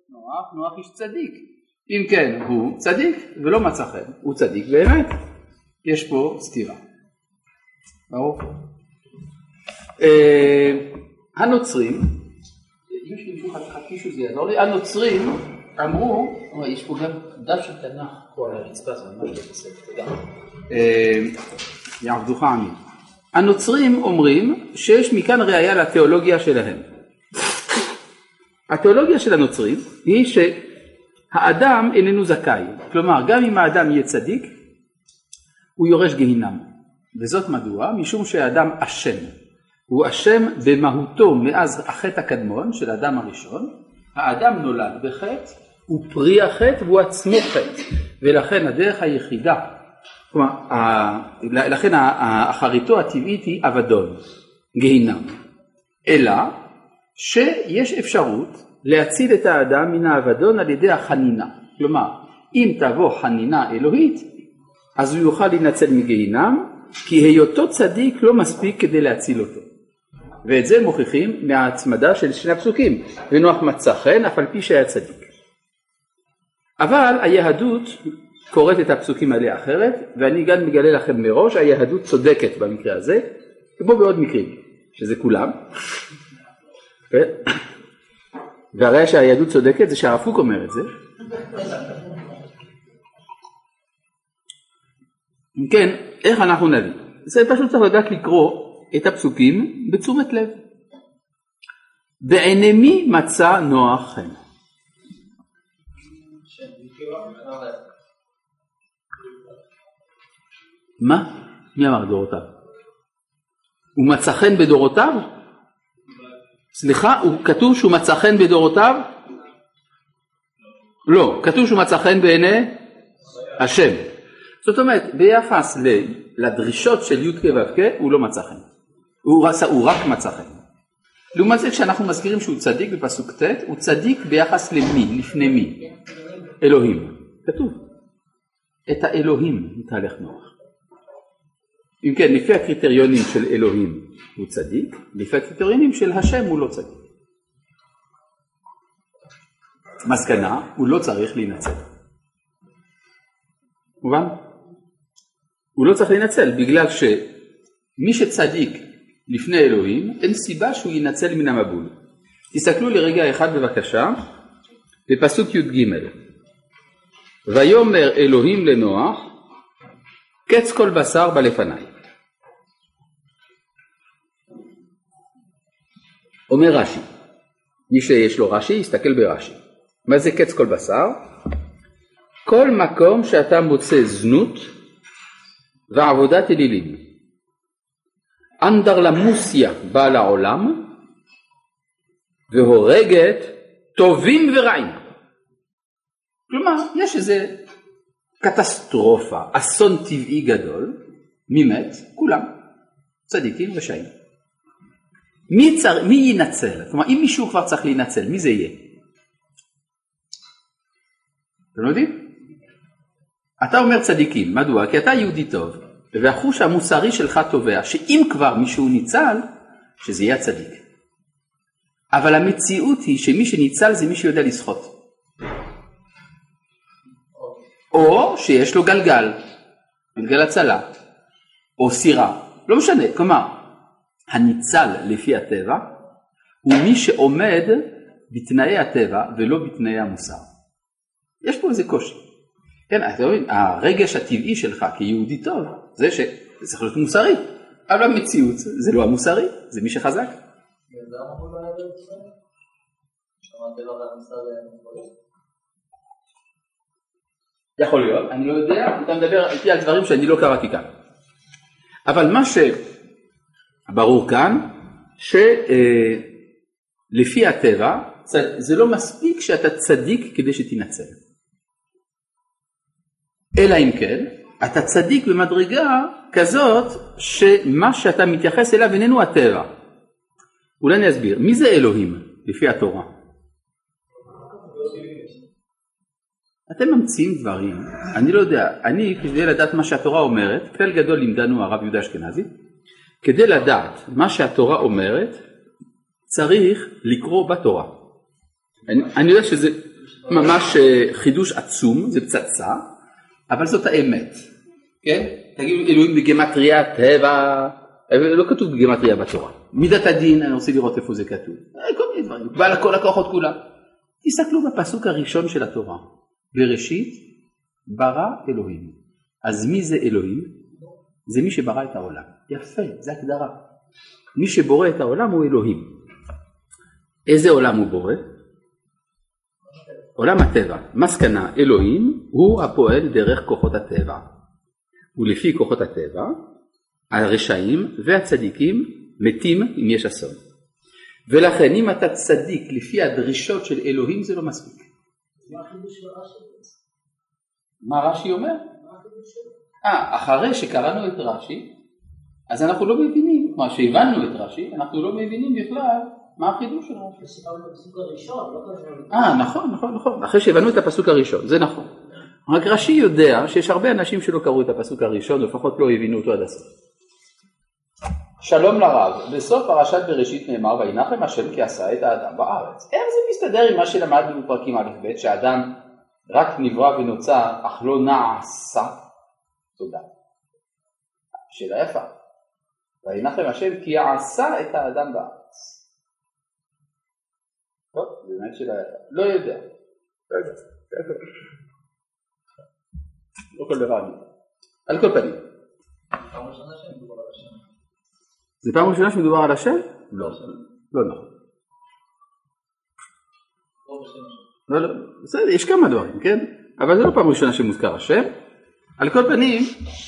נוח איש צדיק. אם כן, הוא צדיק ולא מצא חן, הוא צדיק באמת. יש פה סתירה. ברור? הנוצרים, יש לי מישהו חכי שזה יעזור לי, הנוצרים אמרו, יש פה גם דף של תנ"ך פה על הרצפה, זה ממש לא בסדר, תודה. יעבדוך עמי. הנוצרים אומרים שיש מכאן ראייה לתיאולוגיה שלהם. התיאולוגיה של הנוצרים היא שהאדם איננו זכאי, כלומר גם אם האדם יהיה צדיק, הוא יורש גיהינם. וזאת מדוע? משום שהאדם אשם. הוא אשם במהותו מאז החטא הקדמון של האדם הראשון. האדם נולד בחטא, הוא פרי החטא והוא עצמו חטא. ולכן הדרך היחידה, כלומר, לכן אחריתו הטבעית היא אבדון, גיהינם. אלא שיש אפשרות להציל את האדם מן האבדון על ידי החנינה. כלומר, אם תבוא חנינה אלוהית, אז הוא יוכל להינצל מגיהינם, כי היותו צדיק לא מספיק כדי להציל אותו. ואת זה מוכיחים מההצמדה של שני הפסוקים. ונוח מצא חן אף על פי שהיה צדיק. אבל היהדות קוראת את הפסוקים האלה אחרת, ואני גם מגלה לכם מראש, היהדות צודקת במקרה הזה, כמו בעוד מקרים, שזה כולם. והראיה שהיהדות צודקת זה שהרב קוק אומר את זה. כן, איך אנחנו נביא? זה פשוט צריך לדעת לקרוא את הפסוקים בתשומת לב. בעיני מי מצא נוח חן? מה? מי אמר דורותיו? הוא מצא חן בדורותיו? סליחה, כתוב שהוא מצא חן בדורותיו? לא, כתוב שהוא מצא חן בעיני השם. זאת אומרת, ביחס לדרישות של י' כ' ו' כ' הוא לא מצא חן. הוא רק מצא חן. לעומת זה כשאנחנו מזכירים שהוא צדיק בפסוק ט', הוא צדיק ביחס למי, לפני מי? אלוהים. כתוב. את האלוהים יתהלך נוח. אם כן, לפי הקריטריונים של אלוהים הוא צדיק, לפי הקריטריונים של השם הוא לא צדיק. מסקנה, הוא לא צריך להינצל. מובן? הוא לא צריך להינצל, בגלל שמי שצדיק לפני אלוהים, אין סיבה שהוא ינצל מן המבול. תסתכלו לרגע אחד בבקשה, בפסוק י"ג. ויאמר אלוהים לנוח, קץ כל בשר בלפניי. אומר רש"י, מי שיש לו רש"י, יסתכל ברש"י. מה זה קץ כל בשר? כל מקום שאתה מוצא זנות ועבודת אלילים. אנדרלמוסיה באה לעולם והורגת טובים ורעים. כלומר, יש איזה קטסטרופה, אסון טבעי גדול, מי מת? כולם, צדיקים ושעים. מי ינצל? כלומר, אם מישהו כבר צריך להינצל, מי זה יהיה? אתם יודעים? אתה אומר צדיקים, מדוע? כי אתה יהודי טוב, והחוש המוסרי שלך תובע, שאם כבר מישהו ניצל, שזה יהיה צדיק. אבל המציאות היא שמי שניצל זה מי שיודע לשחות. או שיש לו גלגל הצלה, או סירה, לא משנה. כלומר, הניצל לפי הטבע, הוא מי שעומד בתנאי הטבע ולא בתנאי המוסר. יש פה איזה קושי. כן, אתה מבין, הרגש הטבעי שלך כיהודי טוב, זה שצריך להיות מוסרי. אבל המציאות זה לא המוסרי, זה מי שחזק. יכול להיות, אני לא יודע, אתה מדבר איתי על דברים שאני לא קראתי כאן. אבל מה שברור כאן, שלפי הטבע, זה לא מספיק שאתה צדיק כדי שתנצל. אלא אם כן, אתה צדיק במדרגה כזאת, שמה שאתה מתייחס אליו איננו הטבע. אולי אני אסביר, מי זה אלוהים לפי התורה? אתם ממציאים דברים, אני לא יודע, אני כדי לדעת מה שהתורה אומרת, כלל גדול לימדנו הרב יהודה אשכנזי, כדי לדעת מה שהתורה אומרת, צריך לקרוא בתורה. אני יודע ממש חידוש עצום, זה פצצה, אבל זאת האמת, כן? תגידו אלוהים בגמטריה טבע, לא כתוב בגמטריה בתורה. מידת הדין, אני רוצה לראות איפה זה כתוב. כל מיני דברים, בעל כל הכוחות כולם. תסתכלו בפסוק הראשון של התורה. בראשית ברא אלוהים. אז מי זה אלוהים? זה מי שברא את העולם. יפה, זה הגדרה. מי שבורא את העולם הוא אלוהים. איזה עולם הוא בורא? עולם הטבע. מסקנה, אלוהים הוא הפועל דרך כוחות הטבע. ולפי כוחות הטבע, הרשעים והצדיקים מתים אם יש אסון. ולכן אם אתה צדיק לפי הדרישות של אלוהים זה לא מספיק. מה רש"י אומר? אחרי שקראנו את רש"י, אז אנחנו לא מבינים, מה שהבנו את רש"י, אנחנו לא מבינים בכלל מה החידוש של רש"י. נכון, אחרי שהבנו את הפסוק הראשון, זה נכון. רק רש"י יודע שיש הרבה אנשים שלא קראו את הפסוק הראשון, לפחות לא הבינו אותו עד הסוף. שלום לרב, בסוף פרשת בראשית נאמר וינחם השם כי עשה את האדם בארץ. איך זה מסתדר עם מה שלמדנו בפרקים א' ב' שהאדם רק נברא ונוצר אך לא נעשה? תודה. שאלה יפה. וינחם השם כי עשה את האדם בארץ. טוב, באמת שאלה יפה. לא יודע. לא כל דבר אני. על כל פנים. זה פעם ראשונה שמדובר על השם? לא. לא נכון. לא, בסדר, יש כמה דברים, כן? אבל זה לא פעם ראשונה שמוזכר השם. על כל פנים,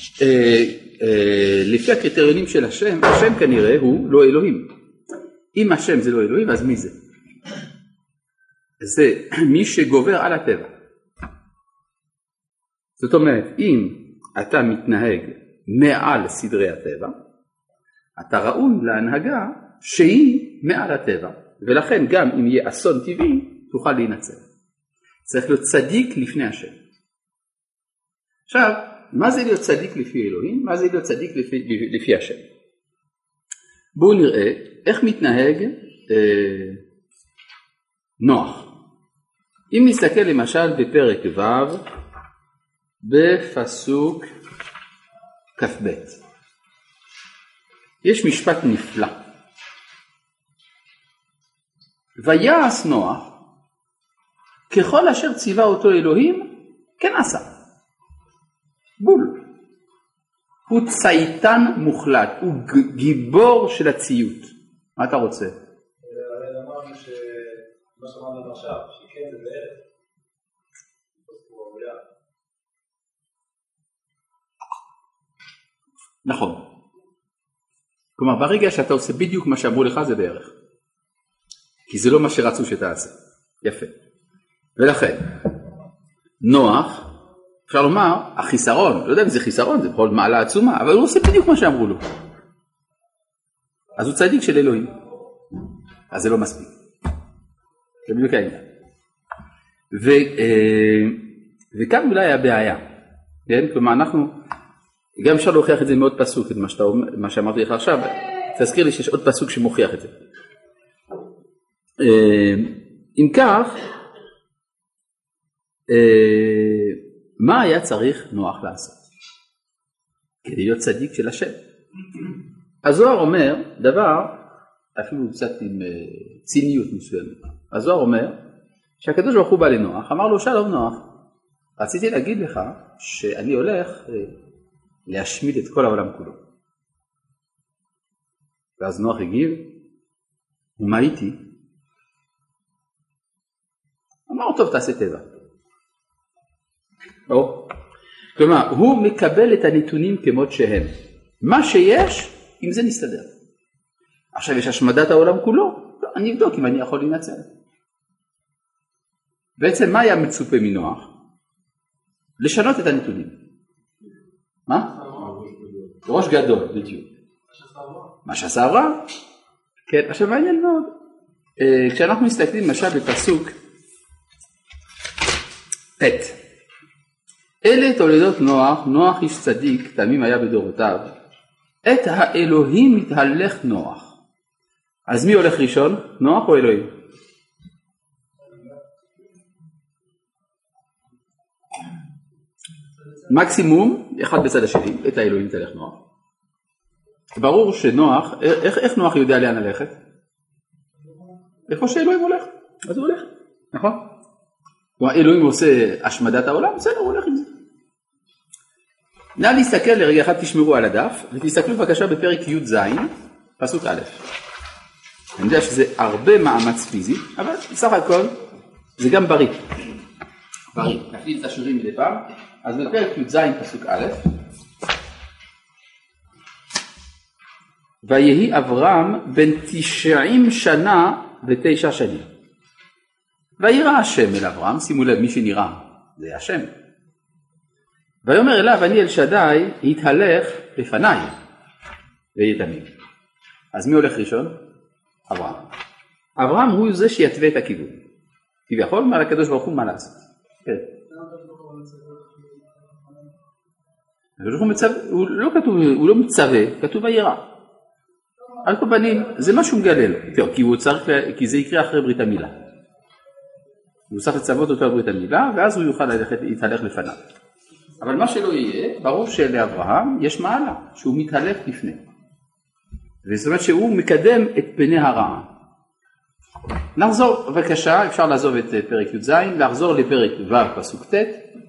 לפי הקריטריונים של השם, השם כנראה הוא לא אלוהים. אם השם זה לא אלוהים, אז מי זה? זה מי שגובר על הטבע. זאת אומרת, אם אתה מתנהג מעל סדרי הטבע, אתה ראוי להנהגה שהיא מעל הטבע, ולכן גם אם יהיה אסון טבעי, תוכל להינצל. צריך להיות צדיק לפני השם. עכשיו, מה זה להיות צדיק לפי אלוהים? מה זה להיות צדיק לפי השם? בואו נראה איך מתנהג נוח. אם נסתכל למשל בפרק ו' בפסוק כ"ב. יש משפט נפלא. ויעש נוח ככל אשר ציווה אותו אלוהים כן עשה. בול. הוא צייתן מוחלט, הוא גיבור של הציות. מה אתה רוצה? אמרנו שמה שמענו עכשיו, שכן זה בערך. נכון. כלומר, ברגע שאתה עושה בדיוק מה שאמרו לך זה בערך. כי זה לא מה שרצו שתעשה. יפה. ולכן, נוח, אפשר לומר, החיסרון, לא יודע אם זה חיסרון, זה בכל מעלה עצומה, אבל הוא עושה בדיוק מה שאמרו לו. אז הוא צדיק של אלוהים. אז זה לא מספיק. זה בדיוק העניין. וכאן אולי הבעיה. כן? כלומר, אנחנו, גם אפשר להוכיח את זה מאוד פסוק, את מה שאמרתי לך עכשיו, תזכיר לי שיש עוד פסוק שמוכיח את זה. אם כך, מה היה צריך נוח לעשות? כדי להיות צדיק של השם. הזוהר אומר דבר, אפילו קצת עם ציניות מסוימת. הזוהר אומר, שהקדוש ברוך הוא בא לנוח, אמר לו שלום נוח, רציתי להגיד לך שאני הולך להשמיד את כל העולם כולו. ואז נוח הגיב, ומה איתי? אמר טוב תעשה טבע. כלומר, הוא מקבל את הנתונים כמות שהם. מה שיש, עם זה נסתדר. עכשיו יש השמדת העולם כולו, לא, אני אבדוק אם אני יכול להינצל. בעצם מה היה מצופה מנוח? לשנות את הנתונים. מה? ראש גדול, בדיוק. מה שעשה אברהם? כן, עכשיו מעניין מאוד. כשאנחנו מסתכלים למשל בפסוק ט' אלה תולדות נוח, נוח איש צדיק, תמים היה בדורותיו. את האלוהים מתהלך נוח. אז מי הולך ראשון? נוח או אלוהים? מקסימום אחד בצד השני, את האלוהים תלך נוח. ברור שנוח, איך נוח יודע לאן ללכת? איפה שאלוהים הולך, אז הוא הולך, נכון? אלוהים עושה השמדת העולם, בסדר, הוא הולך עם זה. נא להסתכל לרגע אחד, תשמרו על הדף, ותסתכלו בבקשה בפרק י"ז, פסוק א'. אני יודע שזה הרבה מאמץ פיזי, אבל בסך הכל זה גם בריא. בריא, נפעיל את השירים מדי פעם. אז בפרק י"ז פסוק א', ויהי אברהם בן 90 שנה ו9 שנים. וירא השם אל אברהם, שימו לב מי שנראה, זה השם. ויאמר אליו אני אל שדי, התהלך לפניי ויתמיד. אז מי הולך ראשון? אברהם. אברהם הוא זה שיתווה את הכיוון. כביכול מעל הקדוש ברוך הוא מה לעשות. כן. הוא לא מצווה, כתוב וירא. על כל פנים זה משהו מגלל, כי זה יקרה אחרי ברית המילה. הוא צריך לצוות אותו על ברית המילה ואז הוא יוכל להתהלך לפניו. אבל מה שלא יהיה, ברור שלאברהם יש מעלה, שהוא מתהלך לפני. זאת אומרת שהוא מקדם את פני הרעה. נחזור בבקשה, אפשר לעזוב את פרק י"ז, לחזור לפרק ו' פסוק ט'.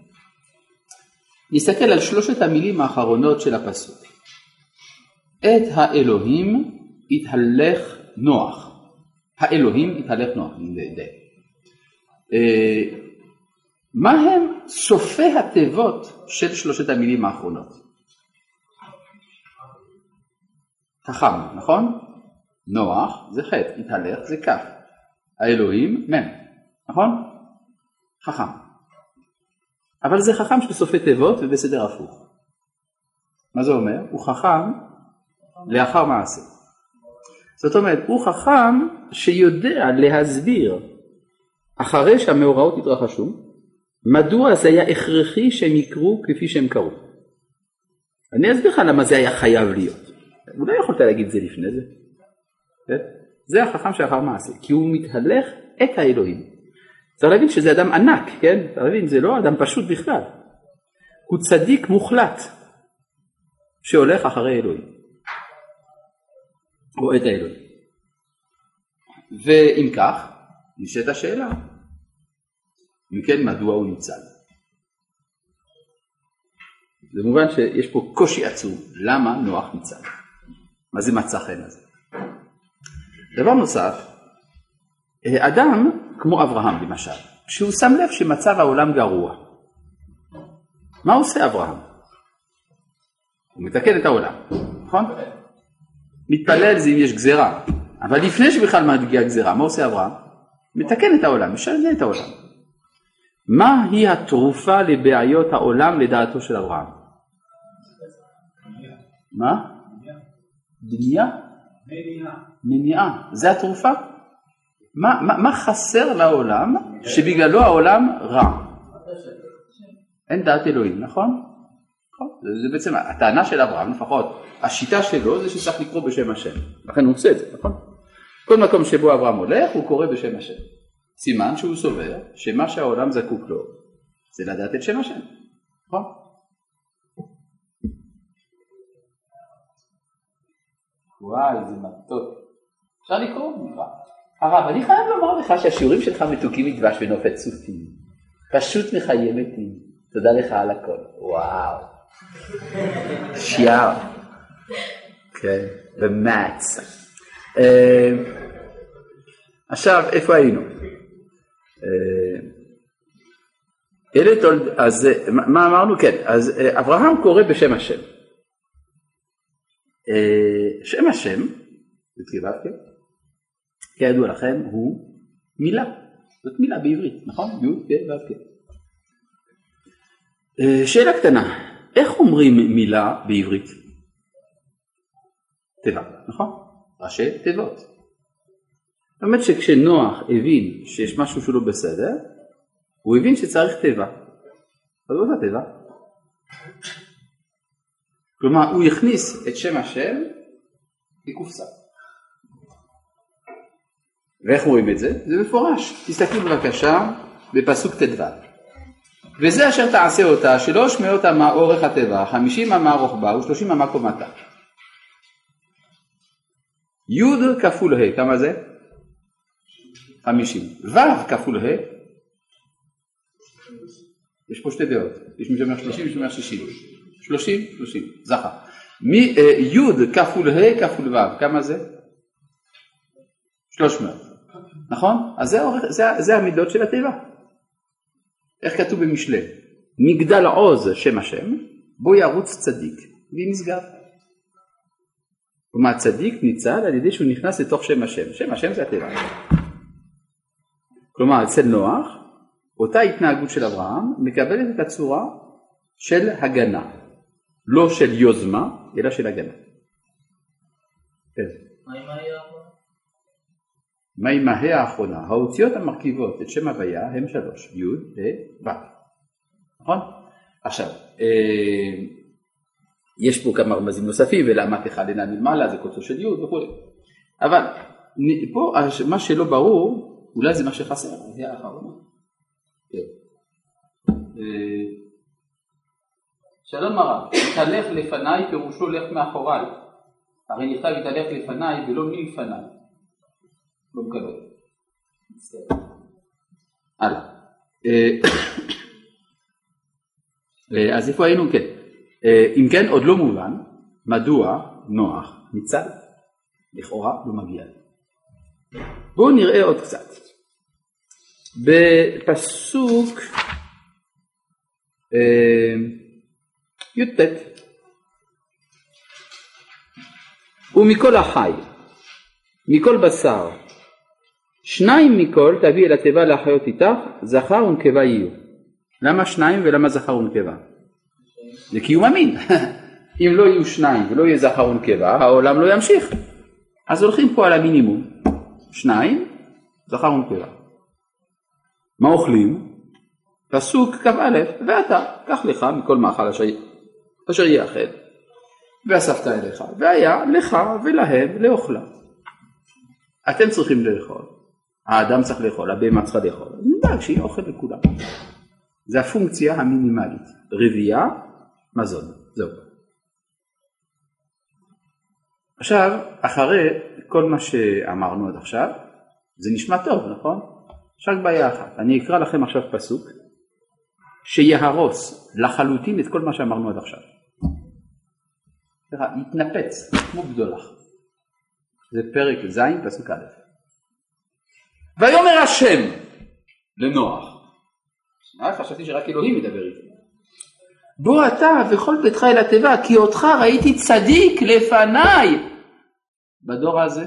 נסתכל על שלושת המילים האחרונות של הפסוק. את האלוהים התהלך נוח. האלוהים התהלך נוח. מה הם סופי התיבות של שלושת המילים האחרונות? חכם, נכון? נוח זה ח', התהלך זה כ', האלוהים מ', נכון? חכם. אבל זה חכם של סופי תיבות ובסדר הפוך. מה זה אומר? הוא חכם לאחר מעשה. זאת אומרת, הוא חכם שיודע להסביר אחרי שהמאורעות התרחשו, מדוע זה היה הכרחי שהם יקרו כפי שהם קרו. אני אסביר לך למה זה היה חייב להיות. אולי יכולת להגיד את זה לפני זה. זה החכם שאחר מעשה, כי הוא מתהלך את האלוהים. צריך להבין שזה אדם ענק, כן? צריך להבין, זה לא אדם פשוט בכלל. הוא צדיק מוחלט שהולך אחרי אלוהים. או את האלוהים. ואם כך, נשאלת השאלה, אם כן, מדוע הוא ניצל? זה מובן שיש פה קושי עצום, למה נוח ניצל? מה זה מצא חן הזה? דבר נוסף, אדם כמו אברהם למשל, כשהוא שם לב שמצב העולם גרוע, מה עושה אברהם? הוא מתקן את העולם, נכון? מתפלל זה אם יש גזירה, אבל לפני שבכלל מגיעה גזירה, מה עושה אברהם? מתקן את העולם, משנה את העולם. מה היא התרופה לבעיות העולם לדעתו של אברהם? מה? בנייה? מניעה. זה התרופה? מה חסר לעולם שבגללו העולם רע? אין דעת אלוהים, נכון? זה בעצם הטענה של אברהם, לפחות השיטה שלו זה שצריך לקרוא בשם השם. לכן הוא עושה את זה, נכון? כל מקום שבו אברהם הולך הוא קורא בשם השם. סימן שהוא סובר שמה שהעולם זקוק לו זה לדעת את שם השם, נכון? וואי, זה מתוק. אפשר לקרוא נקרא. הרב, אני חייב לומר לך שהשיעורים שלך מתוקים מדבש ונופת צופים. פשוט מחיים מתים. תודה לך על הכל. וואו. שיער. כן, באמת. עכשיו, איפה היינו? אז מה אמרנו? כן, אז אברהם קורא בשם השם. שם השם, כידוע לכם, הוא מילה. זאת מילה בעברית, נכון? שאלה קטנה, איך אומרים מילה בעברית? תיבה, נכון? ראשי תיבות. זאת אומרת שכשנוח הבין שיש משהו שהוא לא בסדר, הוא הבין שצריך תיבה. אז לא זה תיבה. כלומר, הוא הכניס את שם השם לקופסה. ואיך רואים את זה? זה מפורש. תסתכלו בבקשה בפסוק ט"ו. וזה אשר תעשה אותה 300 אמה אורך הטבע, 50 אמה רוחבה ו30 אמה קומתה. י' כפול ה', כמה זה? 50. ו' כפול ה', יש פה שתי דעות, יש מי שאומר 30, יש מי שאומר 60. 30, זכר. י' כפול ה' כפול ו', כמה זה? 300. נכון? אז זה המידות של הטבע. איך כתוב במשלי? מגדל עוז שם השם, בו ירוץ צדיק, והיא נסגר. כלומר, צדיק ניצל על ידי שהוא נכנס לתוך שם השם. שם השם זה הטבע. כלומר, אצל נוח, אותה התנהגות של אברהם מקבלת את הצורה של הגנה. לא של יוזמה, אלא של הגנה. כן. מה עם ההא האחרונה? האותיות המרכיבות את שם הוויה הם 3, י' ה' ו'. נכון? עכשיו, יש פה כמה רמזים נוספים, ולמה תחלנה מלמעלה, זה קוצו של י' וכו'. אבל פה מה שלא ברור, אולי זה מה שחסר, ההא האחרונה. שלום הרב, תלך לפניי פירושו לך מאחוריי. הרי נכתב תלך לפניי ולא מלפניי. לא מקבל. הלאה. אז איפה היינו? כן. אם כן, עוד לא מובן, מדוע נוח ניצל? לכאורה לא מגיע. בואו נראה עוד קצת. בפסוק י"ט, ומכל החי, מכל בשר, 2 מכל תביא אל התיבה להחיות איתך, זכר ונקבה יהיו. למה 2 ולמה זכר ונקבה? זה קיום המין. אם לא יהיו 2 ולא יהיה זכר ונקבה, העולם לא ימשיך. אז הולכים פה על המינימום. 2, זכר ונקבה. מה אוכלים? פסוק כ"א, ואתה, קח לך מכל מאכל אשר יאכל, ואספת אליך, והיה לך ולהם לאוכלה. אתם צריכים לאכול, האדם צריך לאכול, הבהמה צריכה לאכול, אז נדאג שיהיה אוכל לכולם. זה הפונקציה המינימלית, רבייה, מזון, זהו. עכשיו, אחרי כל מה שאמרנו עד עכשיו, זה נשמע טוב, נכון? יש רק בעיה אחת, אני אקרא לכם עכשיו פסוק, שיהרוס לחלוטין את כל מה שאמרנו עד עכשיו. יתנפץ כמו בדולח. זה פרק ז' פסוק א'. ויאמר השם לנוח. חשבתי שרק אלוהים מדבר איתי. בוא אתה וכל ביתך אל התיבה, כי אותך ראיתי צדיק לפניי. בדור הזה.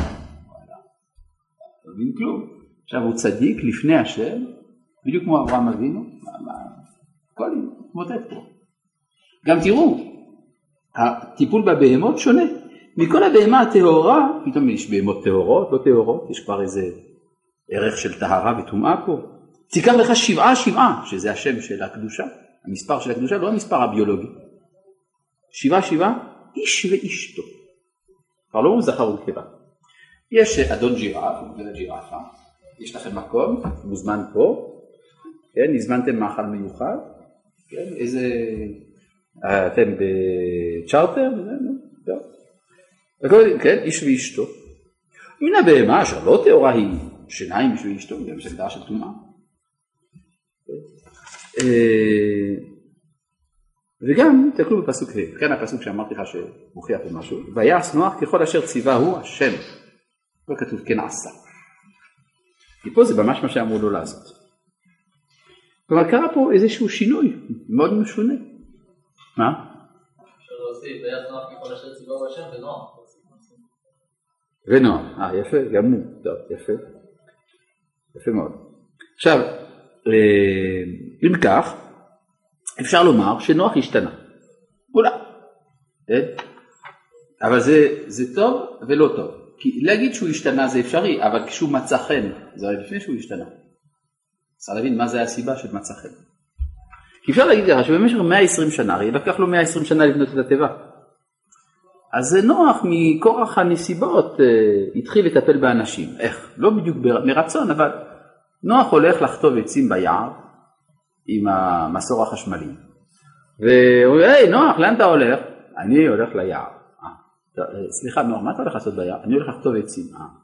לא מבין כלום. עכשיו הוא צדיק לפני השם, בדיוק כמו אברהם אבינו. הכל מוטט פה. גם תראו, הטיפול בבהמות שונה. מכל הבהמה הטהורה, פתאום יש בהמות טהורות, לא טהורות, יש כבר איזה ערך של טהרה וטומאה פה. תיקח לך 7, שזה השם של הקדושה, המספר של הקדושה, לא המספר הביולוגי. 7, איש ואשתו. כבר לא זכר ונקבה. יש אדון ג'ירף, ג'ירפה, יש לכם מקום, מוזמן פה, כן, הזמנתם מאכל מיוחד, כן, איזה, אתם בצ'ארטר, כן, איש ואשתו. מן הבהמה אשר לא טהורה היא, שניים איש ואשתו, גם של דעה של טומאה. וגם תקלו בפסוק ה', כאן הפסוק שאמרתי לך שמוכיח פה משהו, ויעש נוח ככל אשר ציווה הוא השם, לא כתוב כן עשה, כי פה זה ממש מה שאמרו לו לעשות. כלומר קרה פה איזשהו שינוי מאוד משונה. מה? אפשר להוסיף, ויעש נוח ככל אשר ציווה הוא השם ונוח. ונוח, יפה, גם הוא, טוב, יפה מאוד. עכשיו, אם כך, אפשר לומר שנוח השתנה. אולי. אבל זה טוב ולא טוב. כי להגיד שהוא השתנה זה אפשרי, אבל כשהוא מצא חן, זה הרי לפני שהוא השתנה. צריך להבין מה זה הסיבה של מצא חן. כי אפשר להגיד לך שבמשך 120 שנה, הרי לקח לו 120 שנה לבנות את הטבע. אז זה נוח מכורח הנסיבות התחיל לטפל באנשים. איך? לא בדיוק מרצון, אבל נוח הולך לחטוב עצים ביער, עם המסור החשמלי. והוא אומר, היי נוח, לאן אתה הולך? אני הולך ליער. סליחה נוח, מה אתה הולך לעשות ביער? אני הולך לכתוב עצים.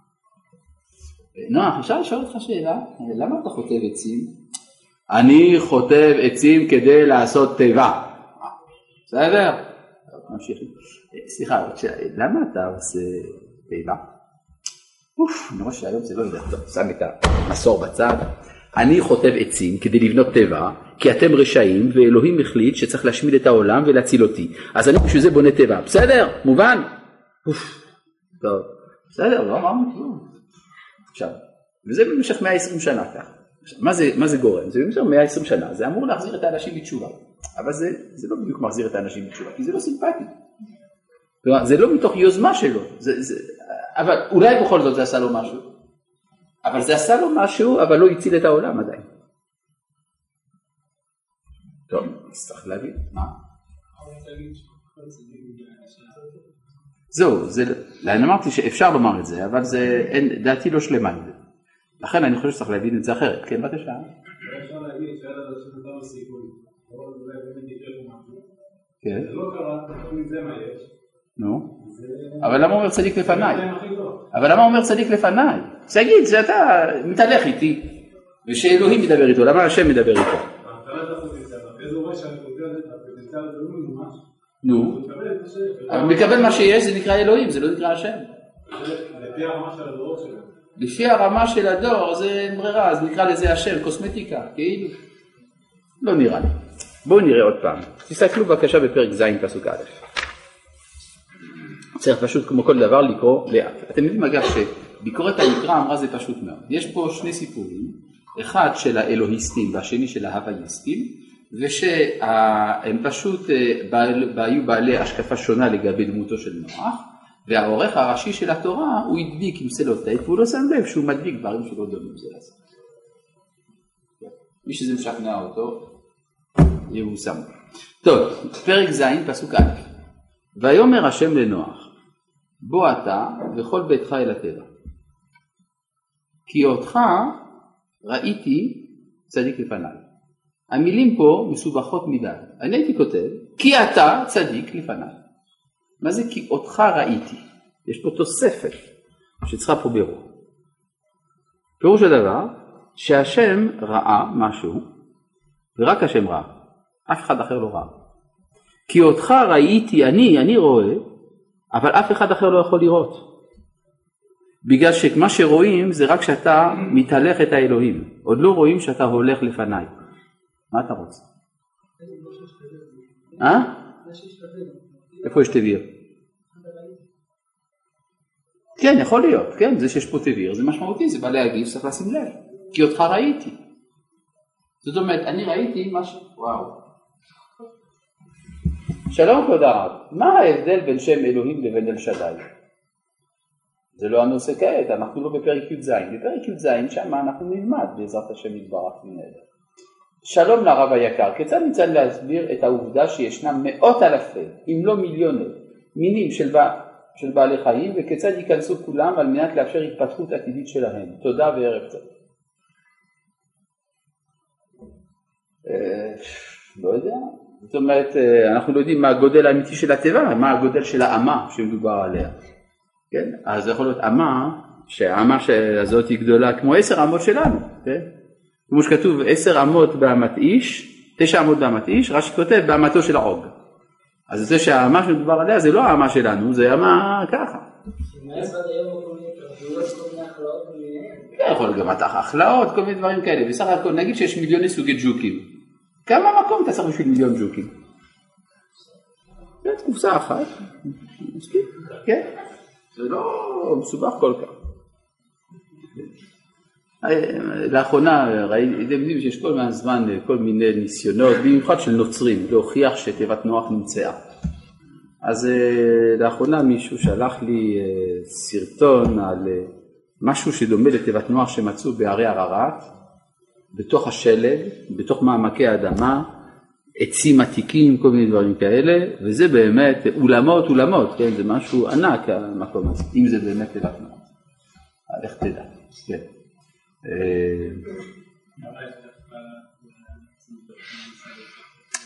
נוח, אפשר לשאול אותך שאלה? למה אתה חוטב עצים? אני חוטב עצים כדי לעשות טבע. בסדר? סליחה, למה אתה עושה טבע? אני רואה שהיום זה לא יודע טוב, שם את המסור בצד. אני חוטב עצים כדי לבנות טבע, כי אתם רשעים ואלוהים החליט שצריך להשמיד את העולם ולהציל אותי. אז אני בשביל זה בונה טבע. בסדר? מובן? טוב, בסדר, לא אמרנו כלום. עכשיו, וזה במשך 120 שנה כך. מה זה גורם? זה במשך 120 שנה, זה אמור להחזיר את האנשים בתשובה. אבל זה לא בדיוק מחזיר את האנשים בתשובה, כי זה לא סימפטי. זה לא מתוך יוזמה שלו. אבל אולי בכל זאת זה עשה לו משהו. אבל זה עשה לו משהו, אבל לא הציל את העולם עדיין. טוב, נצטרך להבין. מה? זהו, אני אמרתי שאפשר לומר את זה, אבל דעתי לא שלמה. לכן אני חושב שצריך להבין את זה אחרת. כן, בבקשה. אפשר להגיד שאלה זה שום דבר סיכוי. אולי באמת יקרה פה משהו. כן. זה לא קרה, תקולי זה מה יש. נו. אבל למה הוא אומר צדיק לפניי? אבל למה הוא אומר צדיק לפניי? תגיד, זה אתה מתהלך איתי, ושאלוהים מדבר איתו, למה השם מדבר איתו? נו. אבל מקבל מה שיש, זה נקרא אלוהים, זה לא נקרא השם. לפי הרמה של הדור שלו. לפי הרמה של הדור, זה אין ברירה, אז נקרא לזה השם, קוסמטיקה, כאילו. לא נראה לי. בואו נראה עוד פעם. תסתכלו בבקשה בפרק ז' פסוק א'. צריך פשוט כמו כל דבר לקרוא לאט. אתם יודעים אגב שביקורת המקרא אמרה זה פשוט מאוד. יש פה שני סיפורים, אחד של האלוהיסטים והשני של ההווייסטים, ושהם פשוט היו בעלי השקפה שונה לגבי דמותו של נוח, והעורך הראשי של התורה הוא הדביק עם סלוטייפ, והוא לא שם לב שהוא מדביק דברים שלא דומים זה לזה. מי שזה משכנע אותו, יהיו שם. טוב, פרק ז' פסוק א'. ויאמר השם לנוח, בוא אתה וכל ביתך אל הטבע. כי אותך ראיתי צדיק לפניי. המילים פה מסובכות מדי. אני הייתי כותב, כי אתה צדיק לפניי. מה זה כי אותך ראיתי? יש פה תוספת שצריכה פה בירור. פירוש הדבר, שהשם ראה משהו, ורק השם ראה. אף אחד אחר לא ראה. כי אותך ראיתי, אני רואה, אבל אף אחד אחר לא יכול לראות. בגלל שמה שרואים זה רק שאתה מתהלך את האלוהים. עוד לא רואים שאתה הולך לפניי. מה אתה רוצה? איפה יש תביר? כן, יכול להיות. כן, זה שיש פה תביר, זה משמעותי, זה בא להגיב, צריך לשים לב. כי אותך ראיתי. זאת אומרת, אני ראיתי משהו, וואו. שלום כבוד הרב, מה ההבדל בין שם אלוהים לבין אל שדי? זה לא הנושא כעת, אנחנו לא בפרק י"ז. בפרק י"ז שם אנחנו נלמד בעזרת השם יתברך מנהל. שלום לרב היקר, כיצד ניתן להסביר את העובדה שישנם מאות אלפי, אם לא מיליוני, מינים של בעלי חיים, וכיצד ייכנסו כולם על מנת לאפשר התפתחות עתידית שלהם? תודה וערב טוב. לא יודע. זאת אומרת, אנחנו לא יודעים מה הגודל האמיתי של הטבע, מה הגודל של האמה שמדובר עליה. כן? אז זה יכול להיות אמה, שהאמה הזאת היא גדולה כמו 10 אמות שלנו. כן? כמו שכתוב 10 אמות באמת איש, 9 אמות באמת איש, רש"י כותב באמתו של העוג. אז זה שהאמה שמדובר עליה זה לא האמה שלנו, זה אמה ככה. יכול להיות גם החלאות, כל מיני דברים כאלה. בסך הכל נגיד שיש מיליוני סוגי ג'וקים. כמה מקום אתה צריך בשביל מיליון ג'וקים? זה תקופסה אחת. מספיק, כן? זה לא מסובך כל כך. לאחרונה ראיתם שיש כל מהזמן כל מיני ניסיונות, במיוחד של נוצרים, להוכיח שתיבת נוח נמצאה. אז לאחרונה מישהו שלח לי סרטון על משהו שדומה לתיבת נוח שמצאו בערי ערערת, בתוך השלג, בתוך מעמקי האדמה, עצים עתיקים, כל מיני דברים כאלה, וזה באמת אולמות, כן? זה משהו ענק המקום הזה, אם זה באמת תיבת נוח. איך תדע, כן.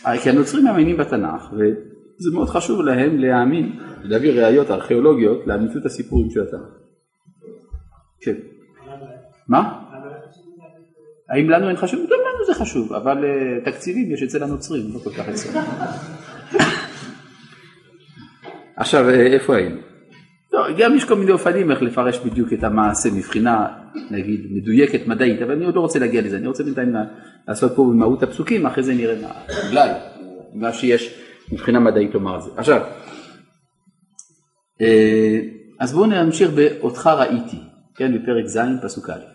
כי הנוצרים מאמינים בתנ"ך, וזה מאוד חשוב להם להאמין, להביא ראיות ארכיאולוגיות לאמיתות הסיפורים של התנ"ך. כן. מה? האם לנו אין חשוב? גם לנו זה חשוב, אבל תקציבים יש אצל הנוצרים, לא כל כך אצל. עכשיו, איפה היינו? גם יש כל מיני אופנים איך לפרש בדיוק את המעשה מבחינה, נגיד, מדויקת מדעית, אבל אני עוד לא רוצה להגיע לזה, אני רוצה בינתיים לעשות פה במהות הפסוקים, אחרי זה נראה מה שיש מבחינה מדעית לומר זה. עכשיו, אז בואו נמשיך באותך ראיתי, כן, בפרק ז' פסוק א'.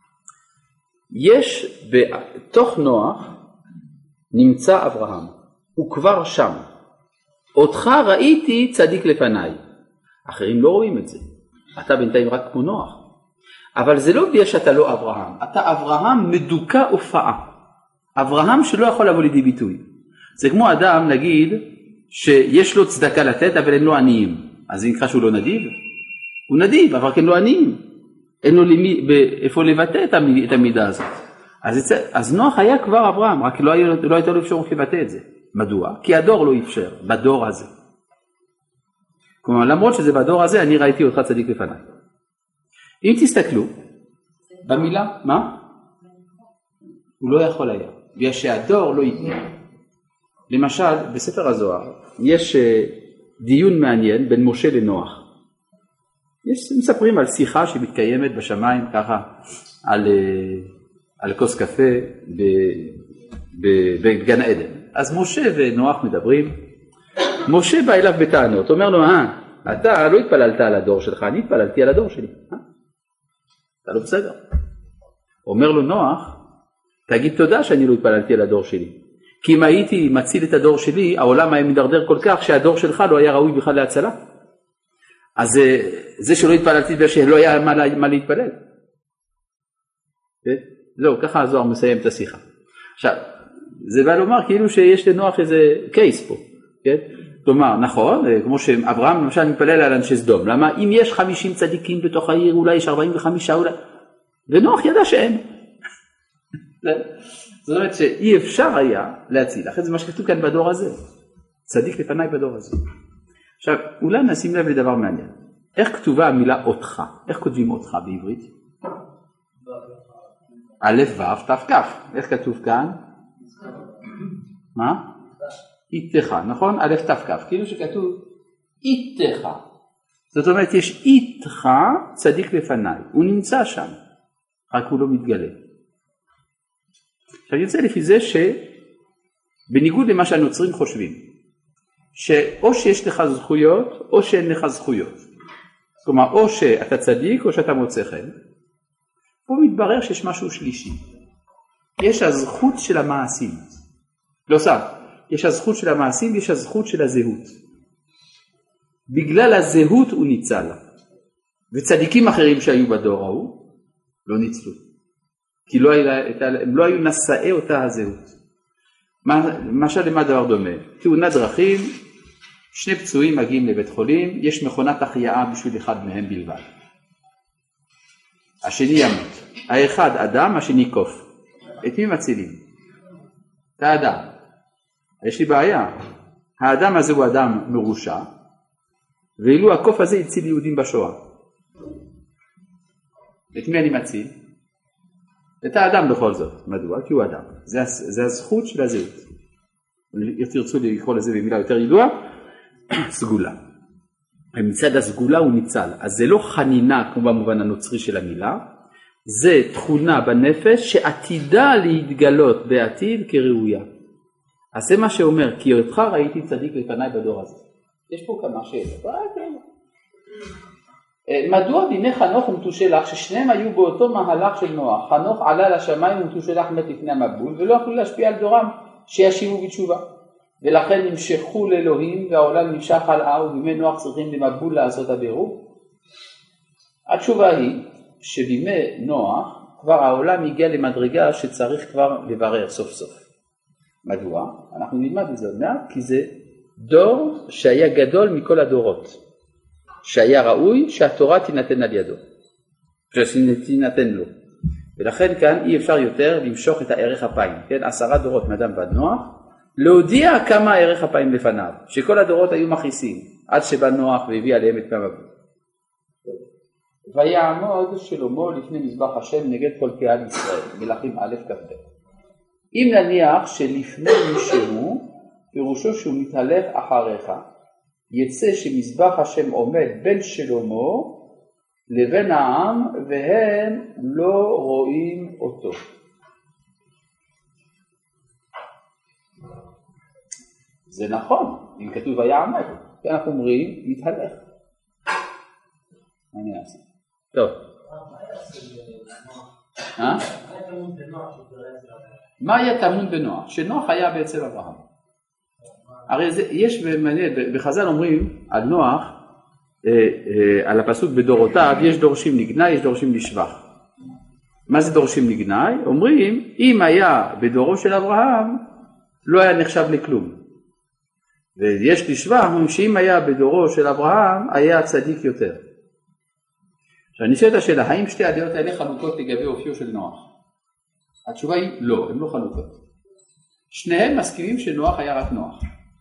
יש בתוך נוח נמצא אברהם, הוא כבר שם. אותך ראיתי צדיק לפניי. אחרים לא רואים את זה. אתה בינתיים רק כמו נוח. אבל זה לא בגלל שאתה לא אברהם. אתה אברהם מדוכא הופעה. אברהם שלא יכול לבוא לידי ביטוי. זה כמו אדם, נגיד, שיש לו צדקה לתת, אבל אין לו עניים. אז זה נקרא שהוא לא נדיב? הוא נדיב, אבל כן לא עניים. אין לו איפה לבטא את המידה הזאת. אז נוח היה כבר אברהם, רק לא הייתה לו אפשרות לבטא את זה. מדוע? כי הדור לא אפשר, בדור הזה. כלומר, למרות שזה בדור הזה, אני ראיתי אותך צדיק לפניי. אם תסתכלו, במילה, מה? הוא לא יכול היה, בגלל שהדור לא ייתן. למשל, בספר הזוהר, יש דיון מעניין בין משה לנוח. מספרים על שיחה שמתקיימת בשמיים ככה, על כוס קפה בגן עדן. אז משה ונוח מדברים, משה בא אליו בטענות, אומר לו, אתה לא התפללת על הדור שלך, אני התפללתי על הדור שלי. אתה לא בסדר. אומר לו נוח, תגיד תודה שאני לא התפללתי על הדור שלי. כי אם הייתי מציל את הדור שלי, העולם היה מדרדר כל כך שהדור שלך לא היה ראוי בכלל להצלה. אז זה שלא התפללתי בגלל שלא היה מה להתפלל. זהו, ככה הזוהר מסיים את השיחה. עכשיו, זה בא לומר כאילו שיש לנוח איזה קייס פה. כן? כלומר, נכון, כמו שאברהם למשל מתפלל על אנשי סדום. למה? אם יש 50 צדיקים בתוך העיר, אולי יש 45, אולי... ונוח ידע שאין. זאת אומרת שאי אפשר היה להציל. אחרי זה מה שכתוב כאן בדור הזה. צדיק לפניי בדור הזה. עכשיו, אולי נשים לב לדבר מעניין. איך כתובה המילה אותך? איך כותבים אותך בעברית? א' ו' ת' כ'. איך כתוב כאן? מה? איתך, נכון? א' ת' כ'. כאילו שכתוב איתך. זאת אומרת, יש איתך צדיק לפניי. הוא נמצא שם. רק הוא לא מתגלה. עכשיו יוצא לפי זה שבניגוד למה שהנוצרים חושבים, שאו שיש לך זכויות או שאין לך זכויות. כלומר, או שאתה צדיק או שאתה מוצא חן. פה מתברר שיש משהו שלישי. יש הזכות של המעשים. לא סתם, יש הזכות של המעשים ויש הזכות של הזהות. בגלל הזהות הוא ניצל. וצדיקים אחרים שהיו בדור ההוא לא ניצלו. כי הם לא היו נשאי אותה הזהות. למשל למה דבר דומה? תאונת דרכים, שני פצועים מגיעים לבית חולים, יש מכונת החייאה בשביל אחד מהם בלבד. השני ימות. האחד אדם, השני קוף. את מי מצילים? את האדם. יש לי בעיה. האדם הזה הוא אדם מרושע, ואילו הקוף הזה הציל יהודים בשואה. את מי אני מציל? את האדם בכל זאת. מדוע? כי הוא אדם. זה הזכות של הזהות. אם תרצו לקרוא לזה במילה יותר ידועה, סגולה. מצד הסגולה הוא ניצל. אז זה לא חנינה כמו במובן הנוצרי של המילה, זה תכונה בנפש שעתידה להתגלות בעתיד כראויה. אז זה מה שאומר, כי אותך ראיתי צדיק לפניי בדור הזה. יש פה כמה שאלות. מדוע דיני חנוך ומתושלח ששניהם היו באותו מהלך של נוח? חנוך עלה לשמיים ומתושלח מת לפני המבול ולא יכלו להשפיע על דורם שישיבו בתשובה. ולכן נמשכו לאלוהים והעולם נמשך הלאה ובימי נוח צריכים למבול לעשות הבירור. התשובה היא שבימי נוח כבר העולם הגיע למדרגה שצריך כבר לברר סוף סוף. מדוע? אנחנו נלמד את זה עוד מעט כי זה דור שהיה גדול מכל הדורות. שהיה ראוי שהתורה תינתן על ידו, שתינתן לו. ולכן כאן אי אפשר יותר למשוך את הערך אפיים, כן? 10 דורות מאדם ועד נוח, להודיע כמה ערך אפיים לפניו, שכל הדורות היו מכעיסים, עד שבא נוח והביא עליהם את פני מבוא. ויעמוד שלמה לפני מזבח השם נגד כל קהל ישראל, מלכים א' כ"ט. אם נניח שלפני מישהו, פירושו שהוא מתהלך אחריך, יצא שמזבח השם עומד בין שלמה לבין העם והם לא רואים אותו. זה נכון, אם כתוב ויעמוד, כי אנחנו אומרים מתהלך. מה אני אעשה? טוב. מה היה טמון בנוח? שנוח היה בעצם אברהם. הרי יש בחז"ל אומרים על נוח, על הפסוק בדורותיו, יש דורשים לגנאי, יש דורשים לשבח. מה זה דורשים לגנאי? אומרים, אם היה בדורו של אברהם, לא היה נחשב לכלום. ויש לשבח, אומרים שאם היה בדורו של אברהם, היה צדיק יותר. עכשיו נשאלת השאלה, האם שתי הדעות האלה חלוקות לגבי אופיו של נוח? התשובה היא לא, הן לא חלוקות. שניהם מסכימים שנוח היה רק נוח.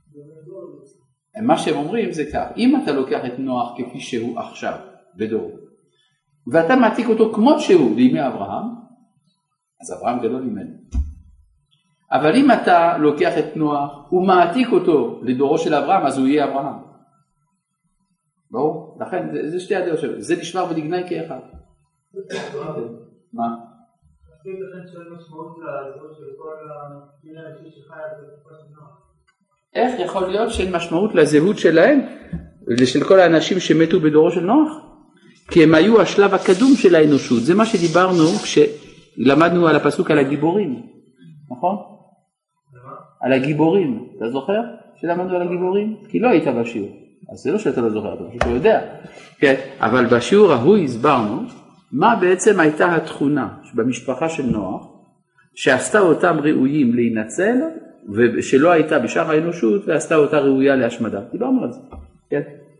מה שהם אומרים זה כך, אם אתה לוקח את נוח כפי שהוא עכשיו, בדורו, ואתה מעתיק אותו כמו שהוא לימי אברהם, אז אברהם גדול ממנו. אבל אם אתה לוקח את נוח ומעתיק אותו לדורו של אברהם, אז הוא יהיה אברהם. ברור? לכן זה שתי הדעות שלו, זה נשמר ונגנאי כאחד. מה? איך יכול להיות שאין משמעות לזהות שלהם, של כל האנשים שמתו בדורו של נוח? כי הם היו השלב הקדום של האנושות, זה מה שדיברנו כשלמדנו על הפסוק על הגיבורים, נכון? על הגיבורים, אתה זוכר שלמדנו על הגיבורים? כי לא היית בשיעור, אז זה לא שאתה לא זוכר, אתה פשוט לא יודע. כן, אבל בשיעור ההוא הסברנו מה בעצם הייתה התכונה במשפחה של נוח, שעשתה אותם ראויים להינצל, ושלא הייתה בשאר האנושות, ועשתה אותה ראויה להשמדה. דיברנו על זה, כן?